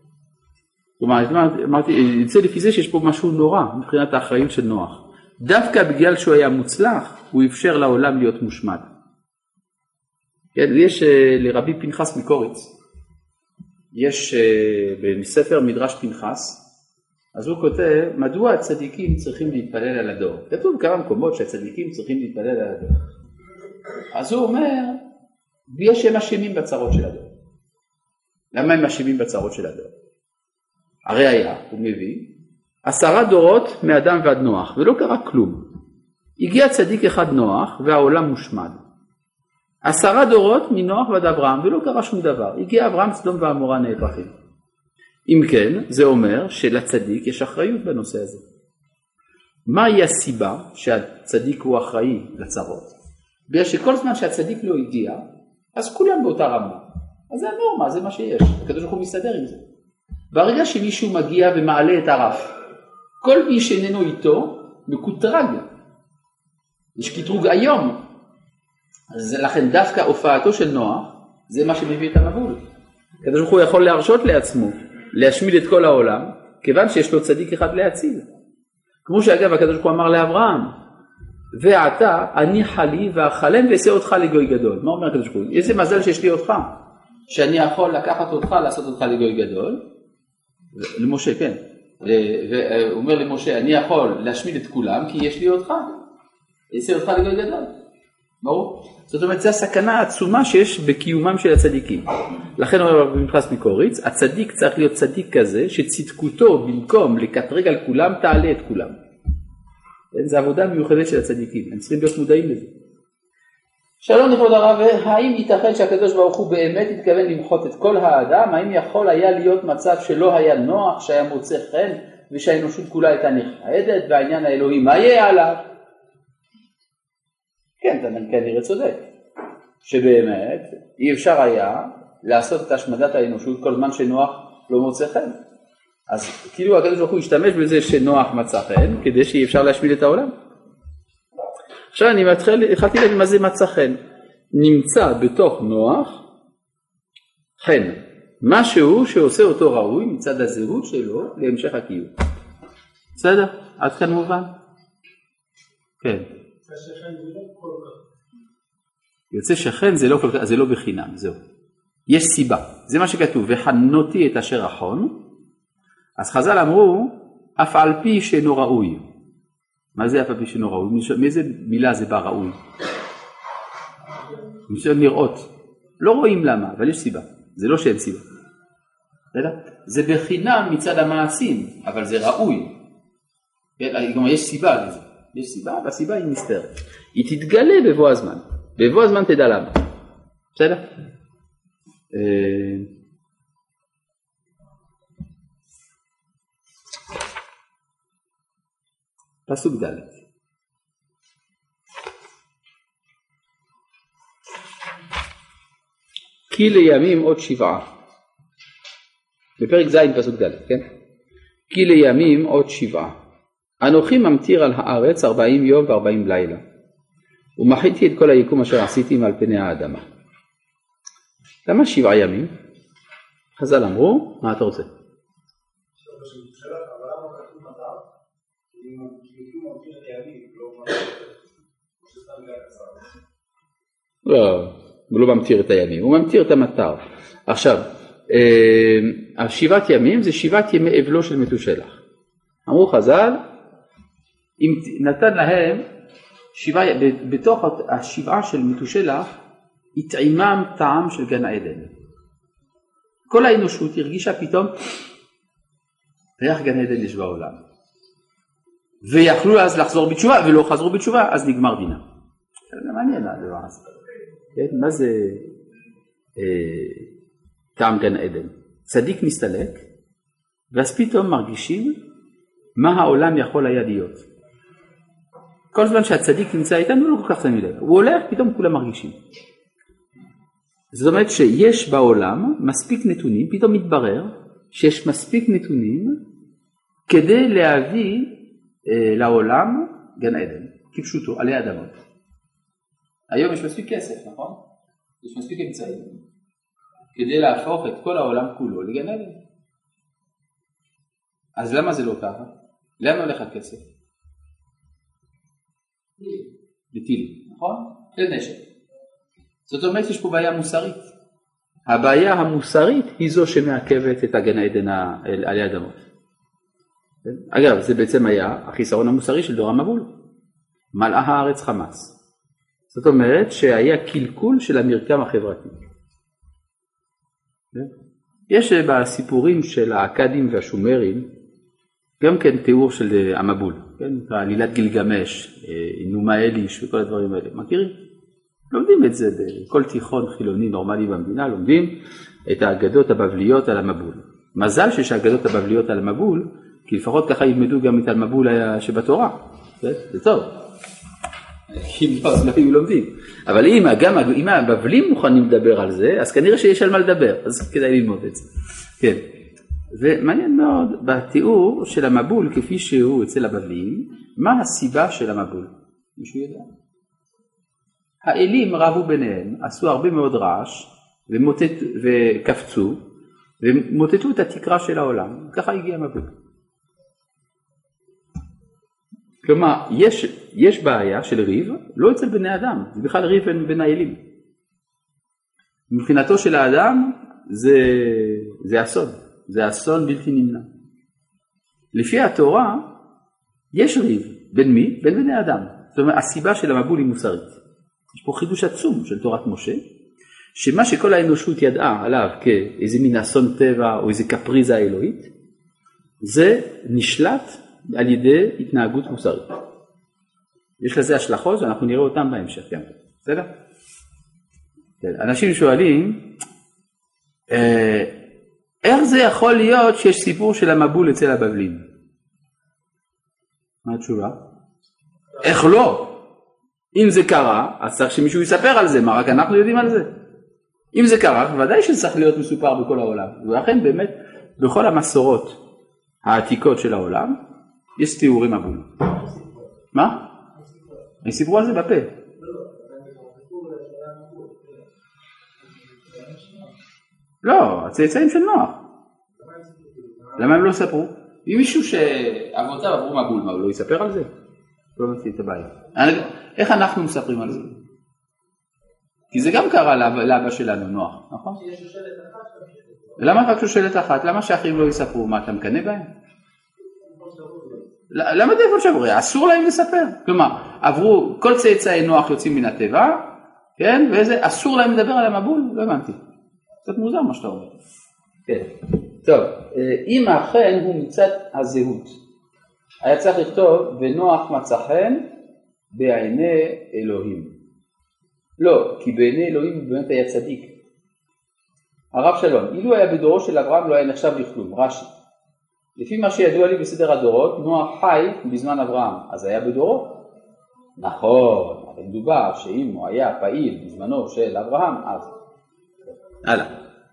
כלומר, אמרתי, יצא לפי זה שיש פה משהו נורא מבחינת האחריות של נוח. דווקא בגלל שהוא היה מוצלח, הוא אפשר לעולם להיות מושמד. כן, יש לרבי פנחס מקוריץ, יש בספר מדרש פנחס, אז הוא כותב, מדוע הצדיקים צריכים להתפלל על הדור? כתוב כמה מקומות שהצדיקים צריכים להתפלל על הדור. אז הוא אומר, יש הם אשמים בצרות של הדור. למה הם אשמים בצרות של הדור? הרי היה, הוא מביא, 10 דורות מאדם ועד נוח, ולא קרה כלום. הגיע צדיק אחד נוח, והעולם מושמד. 10 דורות מנוח ועד אברהם, ולא קרה שום דבר. הגיע אברהם, סדום ועמורה נהפכים. אם כן, זה אומר שלצדיק יש אחריות בנושא הזה. מהי הסיבה שהצדיק הוא אחראי לצרות? בגלל שכל זמן שהצדיק לא הגיע, אז כולם באותה רמה. אז זה הנורמה, זה מה שיש. הקדוש ברוך הוא מסתדר עם זה. ברגע שמישהו מגיע ומעלה את הרף, כל מי שאיננו איתו מקוטרג. יש קטרוג היום. אז לכן דווקא הופעתו של נוח, זה מה שמביא את המבול. הקדוש ברוך הוא יכול להרשות לעצמו, להשמיד את כל העולם, כיוון שיש לו צדיק אחד להציל. כמו שאגב הקדוש ברוך הוא אמר לאברהם, ועתה אני חלי ואחלם ועשה אותך לגוי גדול. מה אומר הקדוש ברוך הוא? איזה מזל שיש לי אותך, שאני יכול לקחת אותך, לעשות אותך לגוי גדול. למשה, כן. והוא אומר למשה, אני יכול להשמיד את כולם, כי יש לי אותך. עשה אותך לגוי גדול. ברור? זאת אומרת, זו הסכנה העצומה שיש בקיומם של הצדיקים. לכן אומר רבי פנחס מקוריץ, הצדיק צריך להיות צדיק כזה, שצדקותו במקום לקטרג על כולם, תעלה את כולם. זו עבודה מיוחדת של הצדיקים, הם צריכים להיות מודעים לזה. שלום לכבוד הרב, האם ייתכן שהקדוש ברוך הוא באמת התכוון למחות את כל האדם? האם יכול היה להיות מצב שלא היה נוח, שהיה מוצא חן, ושהאנושות כולה הייתה נחרדת, והעניין האלוהי מה יהיה עליו? כן, אתה כנראה צודק, שבאמת אי אפשר היה לעשות את השמדת האנושות כל זמן שנוח לא מוצא חן. אז כאילו הקדוש ברוך הוא השתמש בזה שנוח מצא חן, כדי שאי אפשר להשמיד את העולם. עכשיו אני התחלתי להבין מה זה מצא חן. נמצא בתוך נוח חן, משהו שעושה אותו ראוי מצד הזהות שלו להמשך הקיום. בסדר? עד כאן מובן? כן. יוצא שכן זה לא בחינם, זהו. יש סיבה, זה מה שכתוב, וחנותי את אשר אחון, אז חז"ל אמרו, אף על פי שאינו ראוי. מה זה אף על פי שאינו ראוי? מאיזה מילה זה בא ראוי? ניסיון לראות. לא רואים למה, אבל יש סיבה. זה לא שאין סיבה. זה בחינם מצד המעשים, אבל זה ראוי. כלומר, יש סיבה לזה. יש סיבה, והסיבה היא נסתרת. היא תתגלה בבוא הזמן. בבוא הזמן תדע למה. בסדר? פסוק ד' כי לימים עוד 7. בפרק ז' פסוק ד', כן? כי לימים עוד 7. אנוכי ממטיר על הארץ 40 יום ו40 לילה. ומחיתי את כל היקום אשר עשיתי מעל פני האדמה. למה 7 ימים? חז"ל אמרו, מה אתה רוצה? לא, הוא לא ממטיר את הימים, הוא ממטיר את המטר. עכשיו, 7 ימים זה 7 ימי אבלו של מתושלח. אמרו חז"ל, אם נתן להם, בתוך 7 של מתושלח, התעימם טעם של גן העדן. כל האנושות הרגישה פתאום, ריח גן עדן יש בעולם. ויכלו אז לחזור בתשובה, ולא חזרו בתשובה, אז נגמר דינם. זה מעניין הדבר הזה. מה זה טעם גן עדן? צדיק מסתלק, ואז פתאום מרגישים מה העולם יכול היה להיות. כל זמן שהצדיק נמצא איתנו, לא כל כך שמים לב. הוא הולך, פתאום כולם מרגישים. זאת אומרת שיש בעולם מספיק נתונים, פתאום מתברר שיש מספיק נתונים כדי להביא לעולם גן עדן, כפשוטו, עלי אדמות. היום יש מספיק כסף, נכון? יש מספיק אמצעים, כדי להפוך את כל העולם כולו לגן עדן. אז למה זה לא ככה? למה הולך הכסף? לטילים, נכון? לנשק. זאת אומרת שיש פה בעיה מוסרית. הבעיה המוסרית היא זו שמעכבת את הגן עדן עלי אדמות. אגב, זה בעצם היה החיסרון המוסרי של דור המבול. מלאה הארץ חמאס. זאת אומרת שהיה קלקול של המרקם החברתי. יש בסיפורים של האקדים והשומרים גם כן תיאור של המבול, כן? עלילת גילגמש, נומה אליש וכל הדברים האלה. מכירים? לומדים את זה בכל תיכון חילוני נורמלי במדינה, לומדים את האגדות הבבליות על המבול. מזל שיש האגדות הבבליות על המבול, כי לפחות ככה ילמדו גם את המבול שבתורה. זה טוב. אם לא, אז לא היו לומדים. אבל אם הבבלים מוכנים לדבר על זה, אז כנראה שיש על מה לדבר, אז כדאי ללמוד את זה. כן. ומעניין מאוד בתיאור של המבול כפי שהוא אצל הבבלים, מה הסיבה של המבול? מישהו יודע? האלים רבו ביניהם, עשו הרבה מאוד רעש, וקפצו, ומוטטו את התקרה של העולם. ככה הגיע המבול. כלומר, יש בעיה של ריב, לא אצל בני אדם, זה בכלל ריב בין האלים. מבחינתו של האדם זה אסון, זה אסון בלתי נמנע. לפי התורה יש ריב, בין מי? בין בני אדם. זאת אומרת, הסיבה של המבול היא מוסרית. יש פה חידוש עצום של תורת משה, שמה שכל האנושות ידעה עליו כאיזה מין אסון טבע או איזה קפריזה אלוהית, זה נשלט על ידי התנהגות מוסרית. יש לזה השלכות שאנחנו נראה אותם בהמשך, כן? בסדר? אנשים שואלים, איך זה יכול להיות שיש סיפור של המבול אצל הבבלים? מה התשובה? איך לא? אם זה קרה, אז צריך שמישהו יספר על זה, מה רק אנחנו יודעים על זה? אם זה קרה, ודאי שצריך להיות מסופר בכל העולם. ולכן באמת, בכל המסורות העתיקות של העולם, יש תיאורים מבול. מה? הם סיפרו על זה בפה. לא, הצאצאים של נוח. למה הם לא ספרו? אם מישהו שאבותיו עברו מבול, מה, הוא לא יספר על זה? לא מציע את הבעיה. איך אנחנו מספרים על זה? כי זה גם קרה לאבא שלנו, נוח, נכון? למה רק שושלת אחת? למה שאחרים לא יספרו? מה, אתה מקנא בהם? למה טלפון שברי? אסור להם לספר. כלומר, עברו, כל צאצאי נוח יוצאים מן הטבע, כן? וזה אסור להם לדבר על המבול? לא הבנתי. קצת מוזר מה שאתה אומר. כן. טוב, אם אכן הוא מצד הזהות, היה צריך לכתוב, ונוח מצא חן בעיני אלוהים. לא, כי בעיני אלוהים הוא באמת היה צדיק. הרב שלום, אילו היה בדורו של אברהם לא היה נחשב לכלום, רש"י. לפי מה שידוע לי בסדר הדורות, נוח חי בזמן אברהם, אז היה בדורו? נכון, אבל מדובר שאם הוא היה פעיל בזמנו של אברהם, אז. הלאה.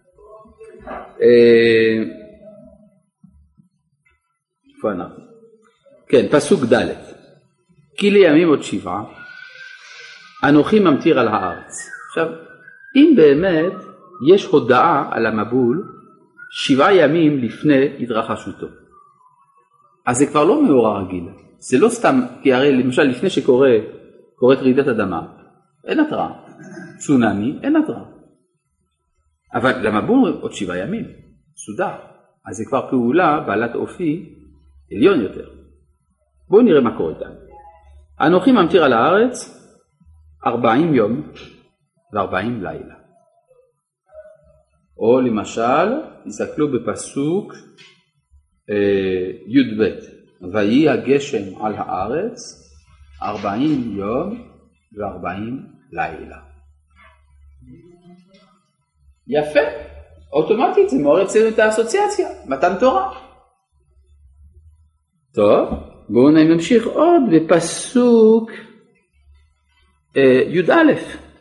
איפה אנחנו? כן, פסוק ד' כי לימים עוד 7, אנוכי ממטיר על הארץ. עכשיו, אם באמת יש הודעה על המבול 7 ימים לפני התרחשותו, אז זה כבר לא מאורע רגיל. זה לא סתם, כי הרי למשל לפני שקורית רעידת אדמה, אין התראה. צונמי, אין התראה. אבל למבול עוד 7 ימים, סודר. אז זה כבר פעולה בעלת אופי עליון יותר. בואו נראה מה קורה כאן. אנוכי ממטיר על הארץ 40 יום ו40 לילה. או למשל, תסתכלו בפסוק י"ב, ויהי הגשם על הארץ 40 יום ו40 לילה. יפה, אוטומטית זה מעורר אצלנו את האסוציאציה, מתן תורה. טוב, בואו נמשיך עוד בפסוק י"א.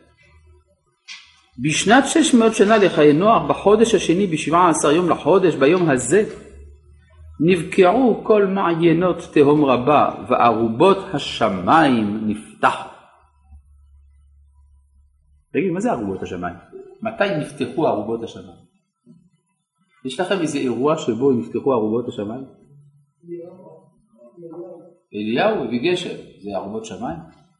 בשנת 600 שנה לחיי נוח, בחודש השני ב17 יום לחודש, ביום הזה נבקעו כל מעיינות תהום רבה וארובות השמיים נפתחו. תגיד, מה זה ארובות השמיים? מתי נפתחו ארובות השמיים? יש לכם איזה אירוע שבו נפתחו ארובות השמיים? אליהו הביא גשם, זה ארובות שמיים?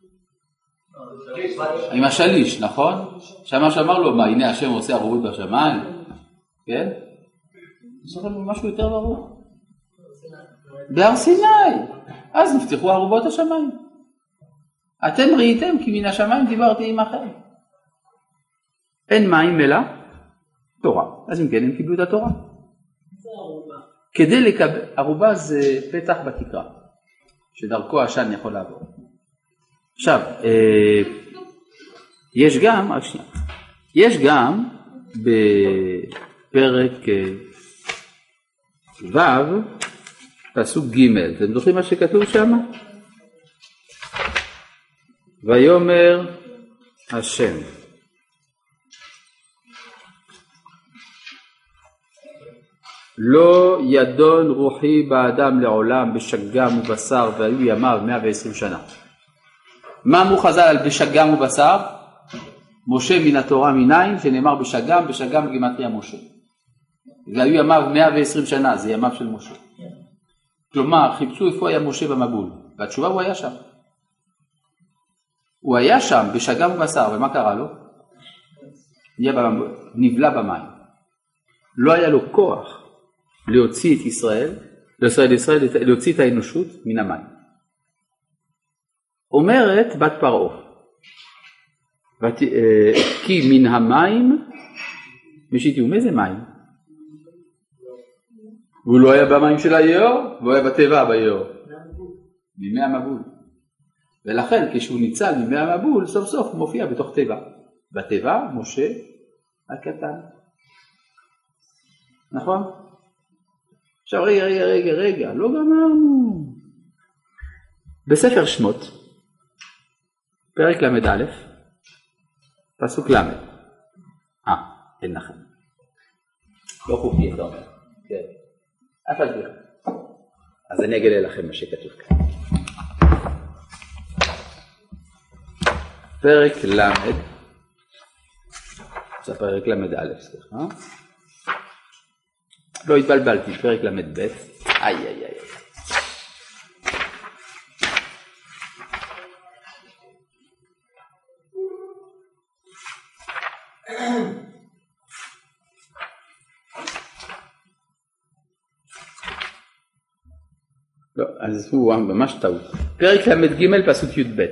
עם השליש, נכון? שמש אמר לו, מה, הנה השם עושה ארובות בשמיים? כן? יש לכם משהו יותר ברור? בהר סיני, אז נפתחו ארובות השמיים. אתם ראיתם כי מן השמיים דיברתי עמכם. אין מים אלא תורה. אז אם כן הם קיבלו את התורה. כדי לקבל, ערובה זה פתח בתקרה, שדרכו השן יכול לעבור. עכשיו, יש גם בפרק ו' פסוק ג', אתם זוכרים מה שכתוב שם? ויאמר השם לא ידון רוחי באדם לעולם בשגם ובשר, והיו ימיו 120 שנה. מה אמרו חז"ל על בשגם ובשר? משה מן התורה מניין, שנאמר בשגם, בשגם בגימטריה משה. והיו ימיו 120 שנה, זה ימיו של משה. כלומר, חיפשו איפה היה משה במבול, והתשובה הוא היה שם. הוא היה שם בשגם ובשר, ומה קרה לו? נבלע במים. לא היה לו כוח להוציא את ישראל, להוציא את האנושות מן המים. אומרת בת פרעה, כי מן המים משיתיהו. מאיזה מים? הוא לא היה במים של היאור, והוא היה בטבע ביאור. מימי המבול. ולכן כשהוא ניצל מימי המבול, סוף סוף הוא מופיע בתוך טבע. בטבע משה הקטן. נכון? עכשיו רגע, לא גמרנו. בספר שמות, פרק ל"א, פסוק ל'. אין לכם. לא חוקי, אתה אומר. כן. אף אסביר. אז אני אגלה לכם מה שכתוב כאן. פרק ל', זה פרק ל"א, סליחה. לא התבלבלתי, פרק ל"ב. איי. לא, אז הוא ממש טעות. פרק ל"ג פסוק י"ב.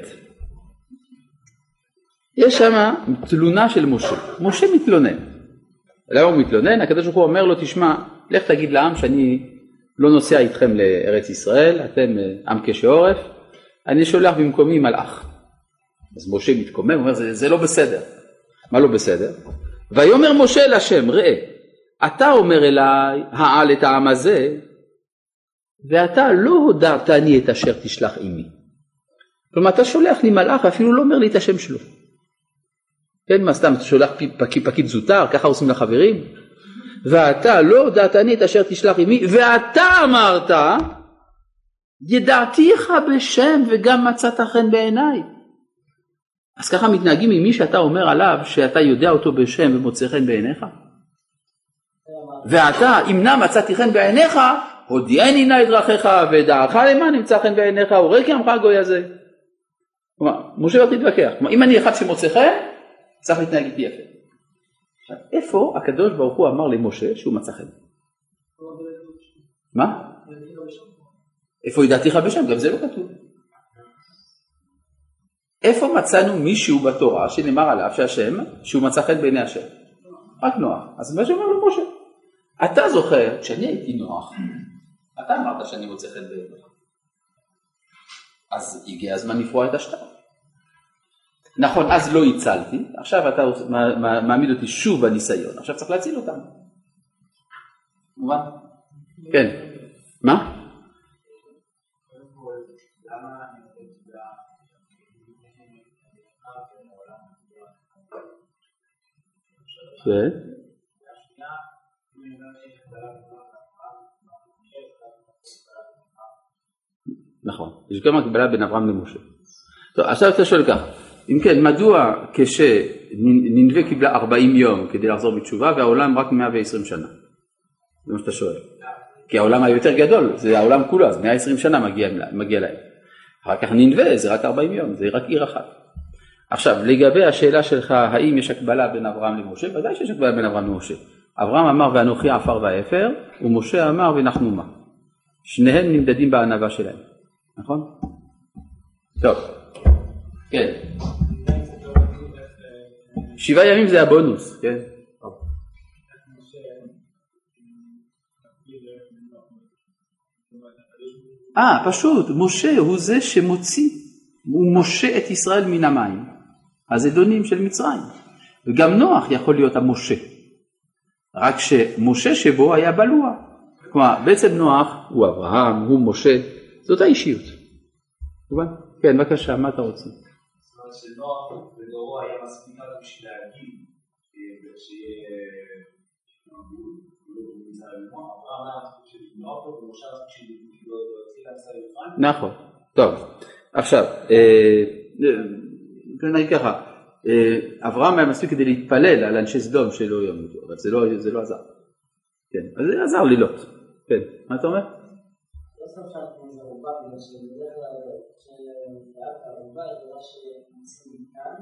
יש שם תלונה של משה. משה מתלונן. למה הוא מתלונן? הקדוש ברוך הוא אומר לו, תשמע, לך תגיד לעם שאני לא נוסע איתכם לארץ ישראל, אתם עם קשה עורף, אני שולח במקומי מלאך. אז משה מתקומם, הוא אומר, זה לא בסדר. מה לא בסדר? ויאמר משה אל השם, ראה, אתה אומר אליי, העל את העם הזה, ואתה לא הודעתני את אשר תשלח עמי. כלומר, אתה שולח לי מלאך, אפילו לא אומר לי את השם שלו. כן, מה סתם, אתה שולח פקיד זוטר, ככה עושים לחברים? ואתה לא הודעתני את אשר תשלח עמי, ואתה אמרת, ידעתיך בשם וגם מצאת חן בעיניי. אז ככה מתנהגים עם מי שאתה אומר עליו, שאתה יודע אותו בשם ומוצא חן בעיניך? ואתה, אם נא מצאתי חן בעיניך, הודיעני נא את דרכיך ודעך למה נמצא חן בעיניך, הורג עמך הגוי הזה. כלומר, משה לא תתווכח. כלומר, אם אני אחד שמוצא חן, צריך להתנהג איתי יפה. איפה הקדוש ברוך הוא אמר למשה שהוא מצא חן? מה? איפה ידעתיך בשם? גם זה לא כתוב. איפה מצאנו מישהו בתורה שנאמר עליו שהשם, שהוא מצא חן בעיני השם? רק נוח. אז מה שאומר לו משה? אתה זוכר, כשאני הייתי נוח, אתה אמרת שאני מוצא חן בעיניך. אז הגיע הזמן לפרוע את השטר. נכון, אז לא הצלתי, עכשיו אתה מעמיד אותי שוב בניסיון, עכשיו צריך להציל אותם. מובן? כן. מה? כן. נכון, יש גם הקבלה בין אברהם למשה. טוב, עכשיו אתה שואל כך, אם כן, מדוע כשנינווה קיבלה 40 יום כדי לחזור בתשובה והעולם רק 120 שנה? זה מה שאתה שואל. כי העולם היה יותר גדול, זה העולם כולו, אז 120 שנה מגיע להם. אחר כך נינווה זה רק 40 יום, זה רק עיר אחת. עכשיו, לגבי השאלה שלך, האם יש הקבלה בין אברהם למשה? ודאי שיש הקבלה בין אברהם למשה. אברהם אמר ואנוכי עפר ואפר, ומשה אמר ונחנו מה. שניהם נמדדים בענווה שלהם. נכון? טוב. כן. 7 ימים זה הבונוס, כן? פשוט, משה הוא זה שמוציא, הוא משה את ישראל מן המים, הזדונים של מצרים. וגם נוח יכול להיות המשה. רק שמשה שבו היה בלוע. כלומר, בעצם נוח הוא אברהם, הוא משה, זאת האישיות. כן, בבקשה, מה אתה רוצה? זאת אומרת שנוח בדורו היה מספיק בשביל להגיד שיהיה נגוד, אברהם היה מספיק של נוח ומשה מספיק של להוציא להצעה יפן. נכון, טוב. עכשיו, נגיד ככה, אברהם היה מספיק כדי להתפלל על אנשי סדום שלא ימותו, אבל זה לא עזר. כן, אז זה עזר לילות. כן, מה אתה אומר? לא סוף שאנחנו זה רובה בגלל שבדרך כלל הרובה היא דבר שמנסים מכאן,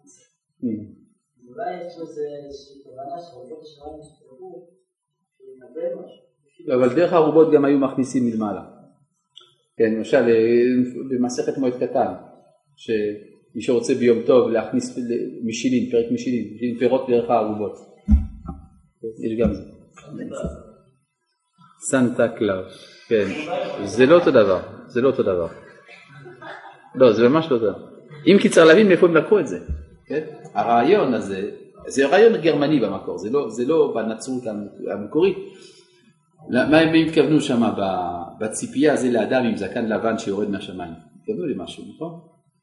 אולי יש לו איזושהי כוונה שהרובות השמיים ישתרבו, שיקבל משהו. אבל דרך הרובות גם היו מכניסים מלמעלה. כן, למשל במסכת מועד קטן, שמי שרוצה ביום טוב להכניס משילין, פרק משילין, פירות דרך הרובות. יש גם זה. סנטה קלאוס, כן, זה לא אותו דבר, זה לא אותו דבר. לא, זה ממש לא אותו דבר. אם כי צריך להבין מאיפה הם לקחו את זה, כן? הרעיון הזה, זה רעיון גרמני במקור, זה לא בנצרות המקורית. מה הם התכוונו שם בציפייה הזה לאדם עם זקן לבן שיורד מהשמיים? התכוונו למשהו, נכון?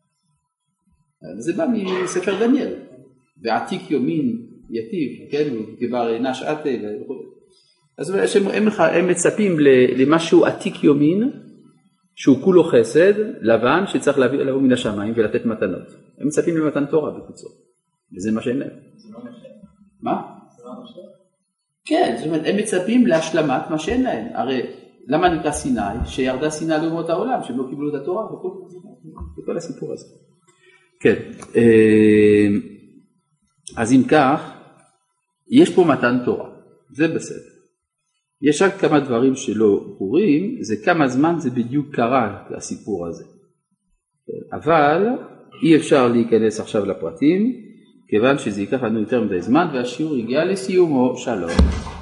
זה בא מספר דניאל, ועתיק יומין יטיב, כן? כבר נש עתה וכו'. אז הם מצפים למשהו עתיק יומין, שהוא כולו חסד, לבן, שצריך לבוא מן השמיים ולתת מתנות. הם מצפים למתן תורה בקיצור. וזה מה שאין להם. זה לא משהו. מה? זה לא משהו. כן, זאת אומרת, הם מצפים להשלמת מה שאין להם. הרי למה נקרא סיני? שירדה סיני לאומות העולם, שהם לא קיבלו את התורה וכל הסיפור הזה. כן. אז אם כך, יש פה מתן תורה, זה בסדר. יש רק כמה דברים שלא ברורים, זה כמה זמן זה בדיוק קרה הסיפור הזה. אבל אי אפשר להיכנס עכשיו לפרטים, כיוון שזה ייקח לנו יותר מדי זמן, והשיעור הגיע לסיומו. שלום.